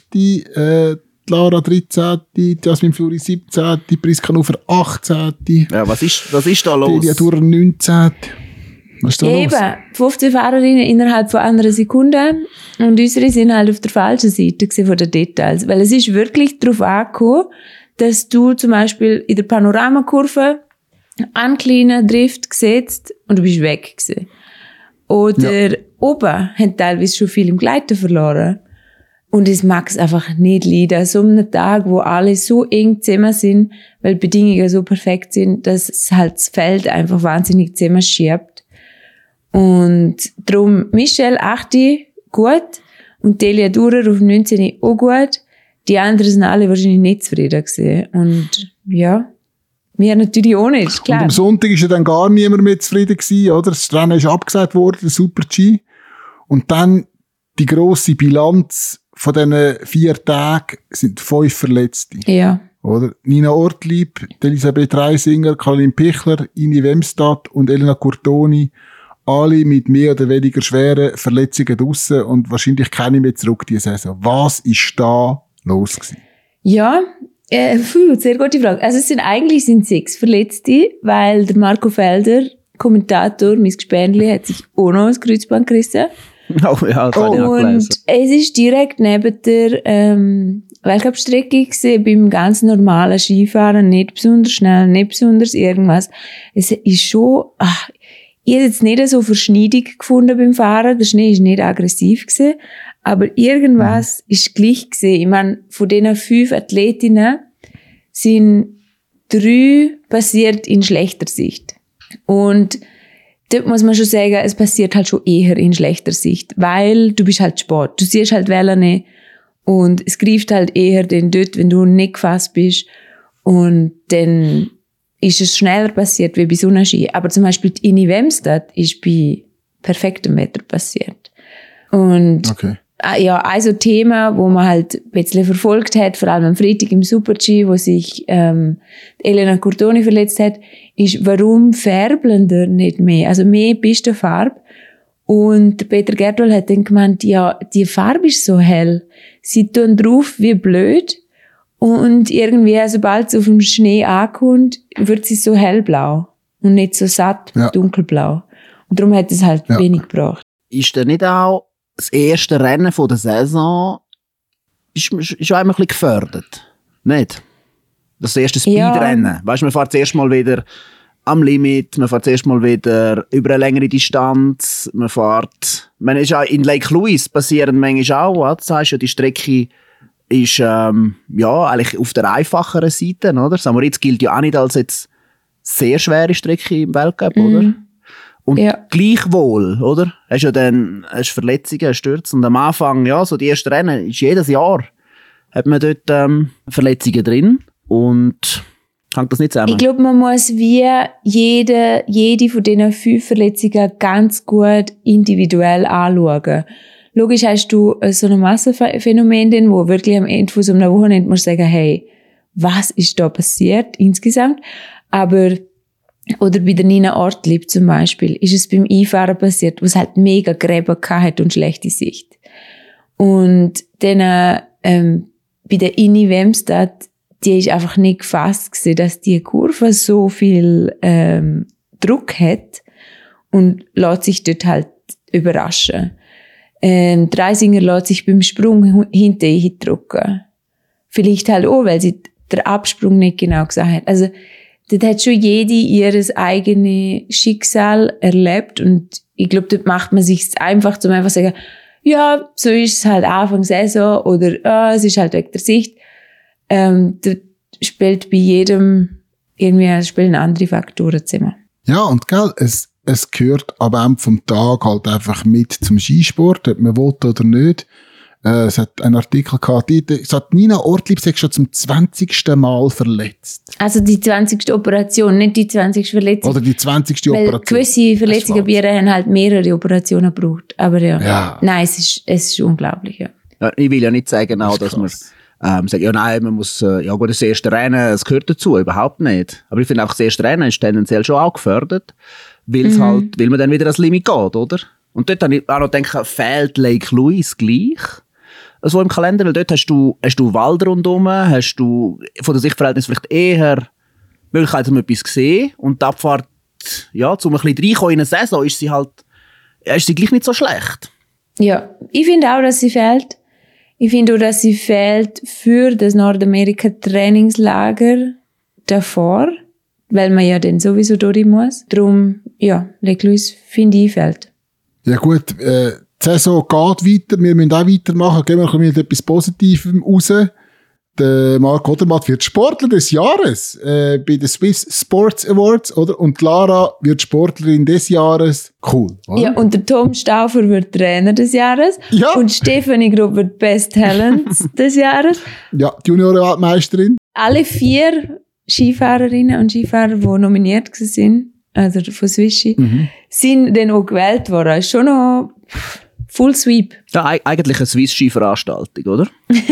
Lara 13., Jasmin Fluri 17., Priska Nufer 18. Ja, was ist da los? Delia Durer 19. Was ist da los? Eben, 15 Fahrerinnen innerhalb von einer Sekunde und unsere sind halt auf der falschen Seite von den Details. Weil es ist wirklich darauf angekommen, dass du zum Beispiel in der Panoramakurve einen kleinen Drift gesetzt und du bist weg gewesen. Oder oben haben teilweise schon viel im Gleiten verloren. Und es mag es einfach nicht leiden. So einem Tag, wo alle so eng zusammen sind, weil die Bedingungen so perfekt sind, dass es halt das Feld einfach wahnsinnig zusammenschiebt. Und darum Michelle 8. gut und Delia Durer auf 19. auch gut. Die anderen sind alle wahrscheinlich nicht zufrieden gewesen. Und ja, wir natürlich auch nicht, klar. Und am Sonntag ist ja dann gar niemand mehr zufrieden gewesen, oder? Das Rennen ist abgesagt worden, der Super-G. Und dann die grosse Bilanz von diesen 4 Tagen sind 5 Verletzte. Ja. Oder? Nina Ortlieb, Elisabeth Reisinger, Caroline Pichler, Ini Wemstadt und Elena Curtoni. Alle mit mehr oder weniger schweren Verletzungen draussen und wahrscheinlich keine mehr zurück diese Saison. Was ist da los gewesen? Ja, sehr gute Frage. Also es sind 6 Verletzte, weil der Marco Felder, Kommentator, mein Gespendli, hat sich auch noch das Kreuzband gerissen. Oh ja, das habe ich auch gelesen. Und es ist direkt neben der Weltcup-Strecke gewesen, beim ganz normalen Skifahren, nicht besonders schnell, nicht besonders irgendwas. Es ist schon, ich habe jetzt nicht so Verschneidung gefunden beim Fahren, der Schnee ist nicht aggressiv gewesen, aber irgendwas ist gleich gewesen. Ich meine, von diesen 5 Athletinnen sind 3 passiert in schlechter Sicht. Und dort muss man schon sagen, es passiert halt schon eher in schlechter Sicht, weil du bist halt Sport. Du siehst halt Wellen nicht und es greift halt eher den dort, wenn du nicht gefasst bist und dann ist es schneller passiert wie bei so einer Ski. Aber zum Beispiel die Ini Wemstadt ist bei perfektem Wetter passiert. Und ja, also Thema, wo man halt ein bisschen verfolgt hat, vor allem am Freitag im Super-G, wo sich Elena Curtoni verletzt hat, ist, warum Färbländer nicht mehr? Also mehr Pistenfarbe. Und Peter Gerdwall hat dann gemeint, ja, die Farbe ist so hell. Sie tun drauf wie blöd. Und irgendwie, sobald es auf dem Schnee ankommt, wird sie so hellblau. Und nicht so satt dunkelblau. Und darum hat es halt wenig gebraucht. Ist da nicht auch das erste Rennen von der Saison ist auch immer ein bisschen gefördert. Nicht? Das erste Speedrennen. Ja. Weißt du, man fährt zuerst mal wieder am Limit, man fährt zuerst mal wieder über eine längere Distanz, man ist auch in Lake Louise passieren manchmal auch, das heisst ja, die Strecke ist, eigentlich auf der einfacheren Seite, oder? St. Moritz gilt ja auch nicht als jetzt sehr schwere Strecke im Weltcup, oder? Und gleichwohl, oder? Hast ja dann Verletzungen, Stürze. Und am Anfang, so die ersten Rennen, ist jedes Jahr, hat man dort Verletzungen drin. Und hängt das nicht zusammen? Ich glaube, man muss wie jede von diesen 5 Verletzungen ganz gut individuell anschauen. Logisch hast du so ein Massenphänomen, wo wirklich am Ende von so einem Wochenende musst du sagen, hey, was ist da passiert insgesamt? Oder bei der Nina Ortlieb zum Beispiel, ist es beim Einfahren passiert, wo es halt mega Gräben gehabt und schlechte Sicht. Und dann, bei der Inni Wemstadt, die ist einfach nicht gefasst gewesen, dass die Kurve so viel, Druck hat und lässt sich dort halt überraschen. Dreisinger lässt sich beim Sprung hinterher drücken. Vielleicht halt auch, weil sie den Absprung nicht genau gesagt hat. Also, dort hat schon jede ihres eigene Schicksal erlebt und ich glaube, dort macht man sich einfach zum einfach sagen, ja, so ist es halt Anfang Saison oder es ist halt wegen der Sicht. Dort spielt bei jedem spielen andere Faktoren zusammen. Ja, und gell, es gehört am Ende vom Tag halt einfach mit zum Skisport, ob man will oder nicht. Es hat einen Artikel gehabt, Nina Ortlieb sich schon zum 20. Mal verletzt. Also die 20. Operation, nicht die 20. Verletzung. Oder die 20. Operation. Weil gewisse Verletzungen bei ihr haben halt mehrere Operationen gebraucht. Aber ja. Nein, es ist unglaublich, ja. Ich will ja nicht sagen, auch, dass man sagt, ja nein, man muss, gut, das erste Rennen, es gehört dazu, überhaupt nicht. Aber ich finde auch, das erste Rennen ist tendenziell schon auch gefördert, weil man dann wieder ans Limit geht, oder? Und dort habe ich auch noch gedacht, fehlt Lake Louise gleich? Also im Kalender, weil dort hast du Wald rundherum, hast du von der Sichtverhältnis vielleicht eher Möglichkeit, um etwas zu sehen. Und die Abfahrt, zum ein bisschen reinkommen in eine Saison, ist sie gleich nicht so schlecht. Ja, ich finde auch, dass sie fehlt. Ich finde auch, dass sie fehlt für das Nordamerika-Trainingslager davor, weil man ja dann sowieso durch muss. Darum, Lake Louise, finde ich, fehlt. Ja gut, die Saison geht weiter, wir müssen auch weitermachen, gehen wir mit etwas Positivem raus. Der Marc Odermatt wird Sportler des Jahres bei den Swiss Sports Awards, oder? Und Lara wird Sportlerin des Jahres. Cool, oder? Ja, und der Tom Stauffer wird Trainer des Jahres. Ja. Und Stefanie Grupp wird Best Talents des Jahres. Ja, die Junioren-Weltmeisterin. Alle 4 Skifahrerinnen und Skifahrer, die nominiert waren, also von Swissi, sind dann auch gewählt worden. Ist schon noch Full Sweep. Ja, eigentlich eine Swiss-Ski-Veranstaltung, oder?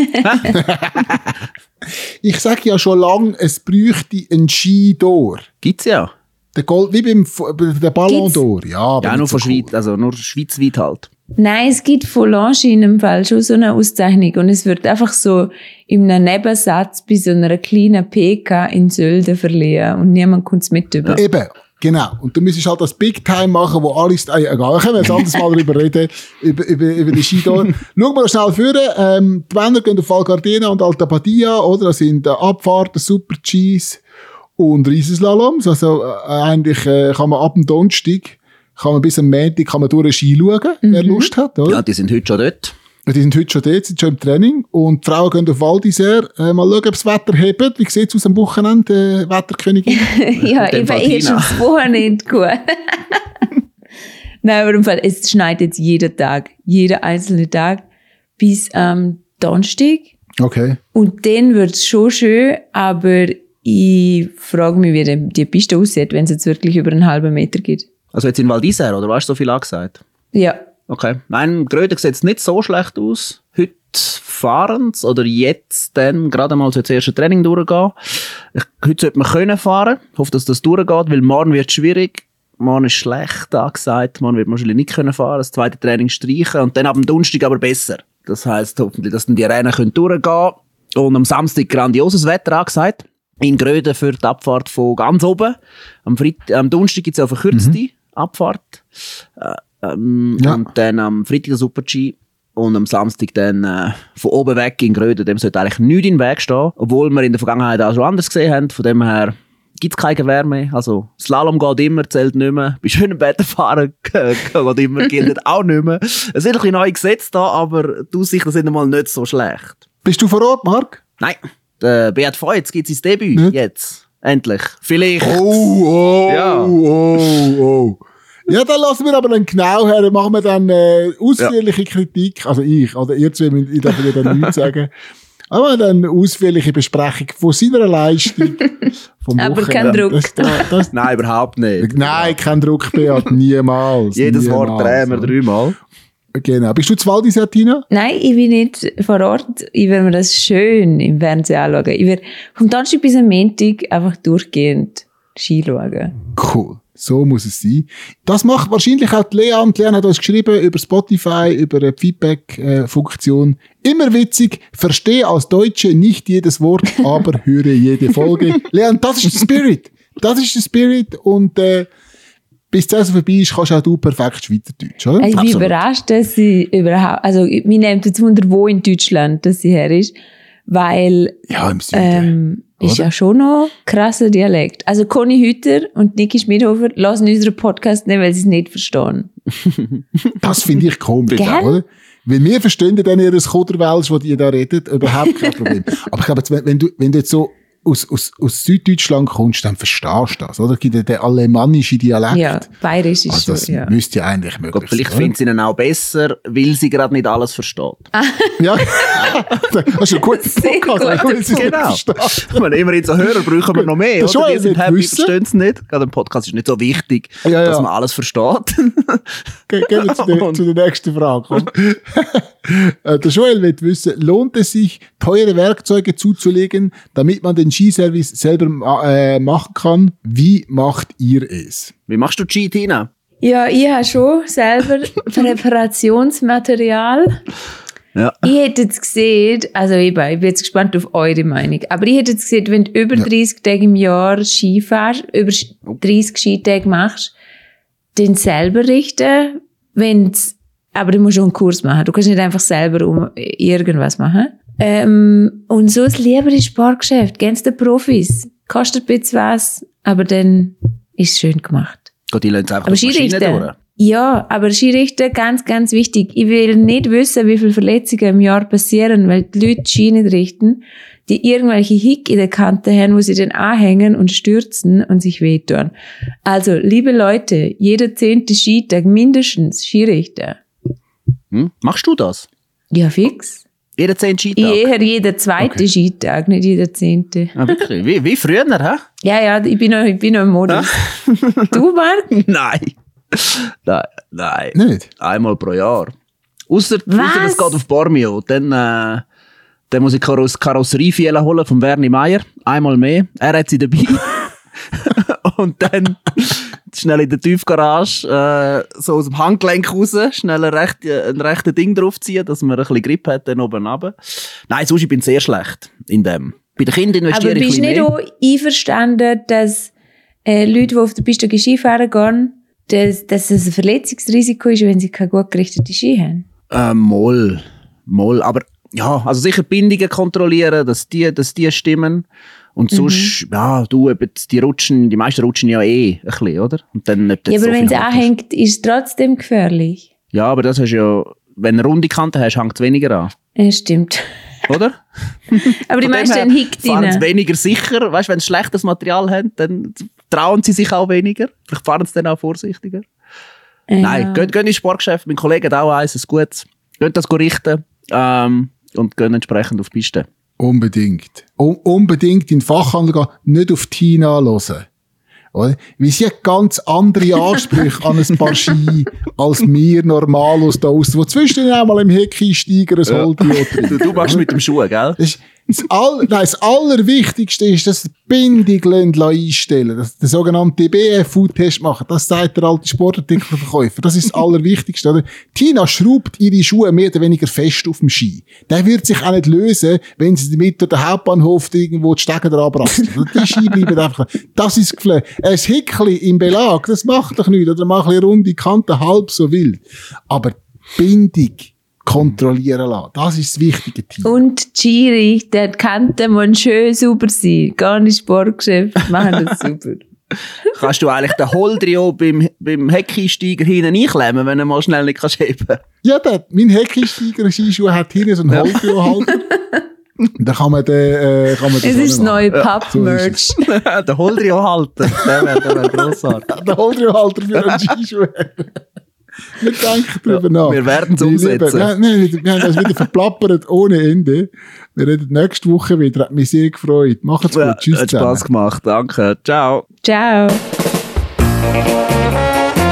Ich sage ja schon lange, es bräuchte einen Ski d'Or. Gibt's ja. Wie der Ballon d'Or. Ja, nur von Schweiz, also nur schweizweit halt. Nein, es gibt von Lange in dem Fall schon so eine Auszeichnung und es wird einfach so in einem Nebensatz bei so einer kleinen PK in Sölden verliehen und niemand kommt es mit über. Eben. Genau. Und du müsstest halt das Big Time machen, wo alles, egal, können wir jetzt anders mal darüber reden, über die Skidor. Schauen wir noch schnell vorne. Die Männer gehen auf Val Gardena und Alta Badia, oder? Das sind Abfahrten, Super-Gs und Riesenslaloms. Also, eigentlich, kann man ab dem Donnerstag, bis am Montag, kann man durch den Ski schauen, wer Lust hat, oder? Ja, die sind heute schon dort. Die sind heute schon dort, sind schon im Training. Und die Frauen gehen auf Val d'Isère. Mal schauen, ob das Wetter hebt. Wie sieht es aus am Wochenende, Wetterkönigin? Ja, ich war erst das Wochenende gut. Nein, aber im Fall, es schneit jetzt jeden Tag. Jeden einzelnen Tag. Bis am Donnerstag. Okay. Und dann wird es schon schön, aber ich frage mich, wie die Piste aussieht, wenn es jetzt wirklich über einen halben Meter geht. Also jetzt in Val d'Isère, oder was hast du so viel angesagt? Ja. Okay. Nein, Grödig sieht es nicht so schlecht aus. Heute fahren sie, oder jetzt dann gerade mal das erste Training durchgehen. Heute sollte man können fahren. Ich hoffe, dass das durchgeht, weil morgen wird es schwierig. Morgen ist schlecht angesagt. Morgen wird man wahrscheinlich nicht können fahren. Das zweite Training streichen und dann ab dem Donnerstag aber besser. Das heisst hoffentlich, dass dann die Rennen durchgehen können. Und am Samstag grandioses Wetter angesagt. In Gröden für die Abfahrt von ganz oben. Am Donnerstag gibt es ja eine verkürzte Abfahrt. Und dann am Freitag der Super-G. Und am Samstag dann von oben weg in Gröden. Dem sollte eigentlich nichts in den Weg stehen. Obwohl wir in der Vergangenheit auch schon anders gesehen haben. Von dem her gibt es kein Gewehr mehr. Also Slalom geht immer, zählt nicht mehr. Bei schönem Wetter fahren geht immer, gilt auch nicht mehr. Es sind ein bisschen neue Gesetze da, aber die Aussichten sind einmal nicht so schlecht. Bist du vor Ort, Marc? Nein, der Beat Feutz gibt sein Debüt nicht? jetzt. Endlich. Vielleicht. Ja. Ja, dann lassen wir aber dann genau her, dann machen wir dann ausführliche Kritik, also ich, oder ihr zwei, ich darf ja dann nichts sagen, aber dann eine ausführliche Besprechung von seiner Leistung vom Aber Wochenende. kein Druck. Nein, überhaupt nicht. Nein, kein Druck, Beat, niemals. Jedes Wort drehen wir 3-mal. Genau. Bist du zu Val d'Isère, Tina? Nein, ich bin nicht vor Ort. Ich werde mir das schön im Fernsehen anschauen. Ich werde vom Donnerstag bis am Montag einfach durchgehend Ski schauen. Cool. So muss es sein. Das macht wahrscheinlich auch die Lea. Und Lea hat uns geschrieben über Spotify, über eine Feedback-Funktion. Immer witzig. Verstehe als Deutsche nicht jedes Wort, aber höre jede Folge. Lea, das ist der Spirit. Das ist der Spirit. Und bis die Saison vorbei ist, kannst auch du perfekt Schweizerdeutsch, oder? Ich bin überrascht, dass sie überhaupt, also, mir nimmt jetzt Wunder, wo in Deutschland, dass sie her ist. Weil, Ja, im Süden. ist ja schon noch krasser Dialekt. Also Conny Hütter und Niki Schmidhofer lassen unseren Podcast nicht, weil sie es nicht verstehen. Das finde ich komisch, Gell? oder? Weil wir verstehen dann ihr Choderwelsch, das die da redet, überhaupt kein Problem. Aber ich glaube, jetzt, wenn du jetzt so aus Süddeutschland kommst, dann verstehst du das, oder? Es gibt ja den alemannischen Dialekt. Ja, bayerisch ist Also das schon, ja. müsste ja eigentlich möglich Gut, vielleicht sein. findet sie ihn auch besser, weil sie gerade nicht alles versteht. Ja, das ist ein guter Sehr Podcast. guter weil sie es nicht Genau. versteht. Wenn immerhin so Hörer brauchen wir noch mehr. Das Oder? schon Die sind nicht happy, wissen. verstehen es nicht. Gerade im Podcast ist nicht so wichtig, Ja. dass man alles versteht. Gehen wir zu der nächsten Frage. Komm. Der Joel will wissen, lohnt es sich, teure Werkzeuge zuzulegen, damit man den Skiservice selber machen kann? Wie macht ihr es? Wie machst du Ski, Tina? Ja, ich habe schon selber Präparationsmaterial. Ja. Ich hätte jetzt gesehen, also ich bin jetzt gespannt auf eure Meinung, aber ich hätte jetzt gesehen, wenn du über 30 Tage im Jahr Ski fährst, über 30 Skitage machst, den selber richten, aber du musst schon einen Kurs machen. Du kannst nicht einfach selber irgendwas machen. Und so ein lieberes Sportgeschäft, ganz den Profis. Kostet ein bisschen was, aber dann ist es schön gemacht. Gott, die lassen es einfach Aber auf die Maschine Skirichten, durch. ja, aber Skirichten, ganz, ganz wichtig. Ich will nicht wissen, wie viele Verletzungen im Jahr passieren, weil die Leute Ski nicht richten, die irgendwelche Hick in der Kante haben, wo sie dann anhängen und stürzen und sich wehtun. Also, liebe Leute, jeder 10. Skitag mindestens Skirichten. Machst du das? Ja, fix. Jeder 10 Skitag? Eher jeder 2. Skitag, nicht jeder 10. Ah, wirklich? Wie früher, hä? Ja, ich bin noch im Modus. Du, Marc? Nein. Nein. Nicht? Einmal pro Jahr. Ausser es Was? geht auf Bormio. Dann muss ich Karosseriefiele holen von Werni Meier. Einmal mehr. Er hat sie dabei. Und dann schnell in der Tiefgarage so aus dem Handgelenk raus, schnell ein rechtes Ding draufziehen, dass man ein bisschen Grip hat dann oben runter. Nein, sonst ich bin sehr schlecht in dem. Bei den Kindern investiere Aber ich bist ein du nicht bisschen auch einverstanden, dass Leute, die auf der Piste Skifahren gehen, dass es ein Verletzungsrisiko ist, wenn sie keine gut gerichtete Ski haben? Moll. Aber ja, also sicher Bindungen kontrollieren, dass die stimmen. Und sonst, ja, die meisten rutschen ja ein bisschen, oder? Und dann nicht Ja, aber so wenn es viel Halt anhängt, ist es trotzdem gefährlich. Ja, aber das hast ja, wenn du eine runde Kante hast, hängt es weniger an. Ja, stimmt. Oder? Aber die Von dem meisten her haben Hick fahren sie drin. weniger sicher. Weißt du, wenn sie schlechtes Material haben, dann trauen sie sich auch weniger. Vielleicht fahren sie dann auch vorsichtiger. Nein, geht ins Sportgeschäft. Mein Kollege hat auch eins, ein gutes. Geht das richten und gehen entsprechend auf die Piste. Unbedingt. Unbedingt in den Fachhandel gehen, nicht auf Tina hören. Oder? Weil sie hat ganz andere Ansprüche an ein paar Ski als wir Normalos da aussen, die zwischendurch auch mal im Heck einsteigen, ein Holdio drin. Du machst mit dem Schuh, gell? Das ist, Das Allerwichtigste ist, dass die Bindung einstellen, dass der sogenannte BFU-Test machen. Das sagt der alte Sportartikelverkäufer. Das ist das Allerwichtigste, oder? Tina schraubt ihre Schuhe mehr oder weniger fest auf dem Ski. Der wird sich auch nicht lösen, wenn sie damit durch den Hauptbahnhof irgendwo die Stege dran brasseln. Die Ski bleiben einfach. Das ist gefällt. Ein Hickli im Belag, das macht doch nichts. Oder mach ein bisschen runde Kanten, halb so wild. Aber Bindung kontrollieren lassen. Das ist das wichtige Team. Und Giri, der Kanten muss schön sauber sein. Gar nicht Sportgeschäft, machen das super. Kannst du eigentlich den Holdrio beim Heckensteiger hinten einklemmen, wenn du mal schnell nicht heben kannst? Ja, mein Heckensteiger-Skischuh hat hinten so einen Holdrio-Halter. Da kann man den, Es ist das neue Pub-Merch. Der Holdrio-Halter, der wäre grossartig. Der Holdrio-Halter für einen Skischuh. Wir denken darüber nach. Wir werden es umsetzen. Wir haben das wieder verplappert ohne Ende. Wir reden nächste Woche wieder. Hat mich sehr gefreut. Macht's gut. Tschüss zusammen. Hat Spass gemacht. Danke. Ciao. Ciao.